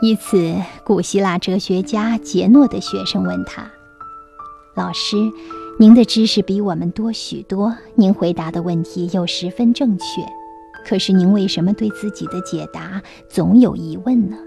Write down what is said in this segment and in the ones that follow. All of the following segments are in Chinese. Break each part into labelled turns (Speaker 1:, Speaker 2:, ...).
Speaker 1: 一次，古希腊哲学家杰诺的学生问他：老师，您的知识比我们多许多，您回答的问题又十分正确，可是您为什么对自己的解答总有疑问呢？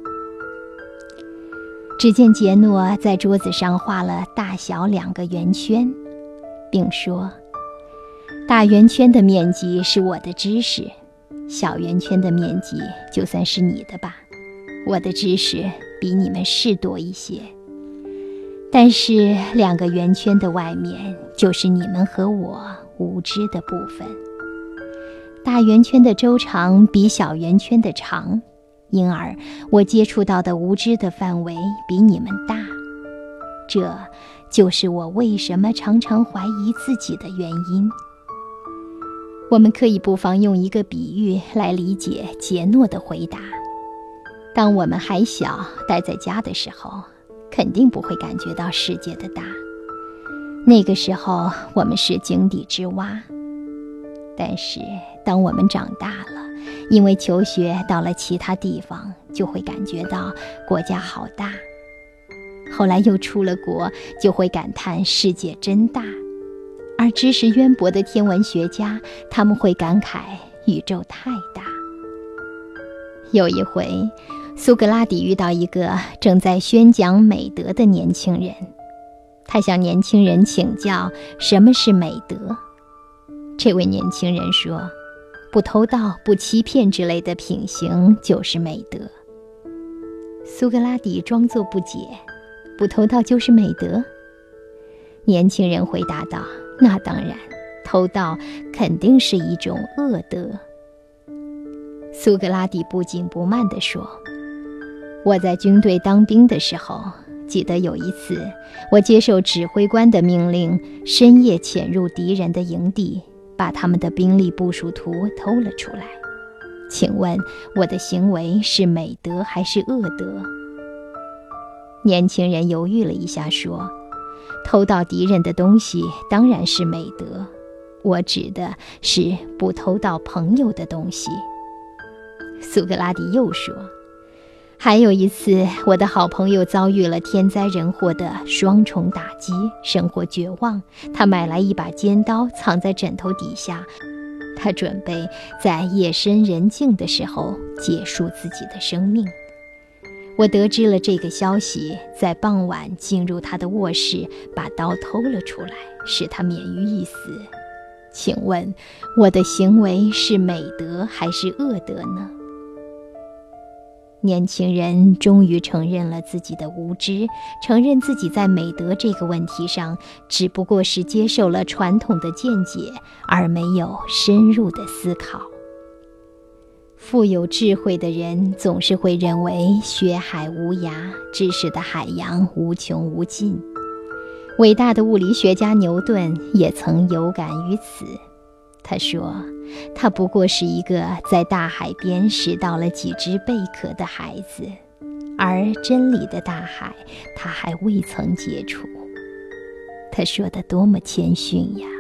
Speaker 1: 只见杰诺在桌子上画了大小2个圆圈，并说：大圆圈的面积是我的知识，小圆圈的面积就算是你的吧，我的知识比你们是多一些，但是2个圆圈的外面就是你们和我无知的部分。大圆圈的周长比小圆圈的长，因而我接触到的无知的范围比你们大，这就是我为什么常常怀疑自己的原因。我们可以不妨用一个比喻来理解杰诺的回答。当我们还小，待在家的时候，肯定不会感觉到世界的大，那个时候我们是井底之蛙。但是当我们长大了，因为求学到了其他地方，就会感觉到国家好大，后来又出了国，就会感叹世界真大。而知识渊博的天文学家，他们会感慨宇宙太大。有一回，苏格拉底遇到一个正在宣讲美德的年轻人，他向年轻人请教什么是美德。这位年轻人说，不偷盗、不欺骗之类的品行就是美德。苏格拉底装作不解，不偷盗就是美德？年轻人回答道，那当然，偷盗肯定是一种恶德。苏格拉底不紧不慢地说，我在军队当兵的时候，记得有一次，我接受指挥官的命令，深夜潜入敌人的营地，把他们的兵力部署图偷了出来。请问我的行为是美德还是恶德？年轻人犹豫了一下说，偷盗敌人的东西当然是美德，我指的是不偷盗朋友的东西。苏格拉底又说，还有一次，我的好朋友遭遇了天灾人祸的双重打击，生活绝望，他买来一把尖刀藏在枕头底下，他准备在夜深人静的时候结束自己的生命。我得知了这个消息，在傍晚进入他的卧室，把刀偷了出来，使他免于一死。请问我的行为是美德还是恶德呢？年轻人终于承认了自己的无知，承认自己在美德这个问题上只不过是接受了传统的见解，而没有深入的思考。富有智慧的人总是会认为学海无涯，知识的海洋无穷无尽。伟大的物理学家牛顿也曾有感于此。他说，他不过是一个在大海边拾到了几只贝壳的孩子，而真理的大海他还未曾接触。他说得多么谦逊呀！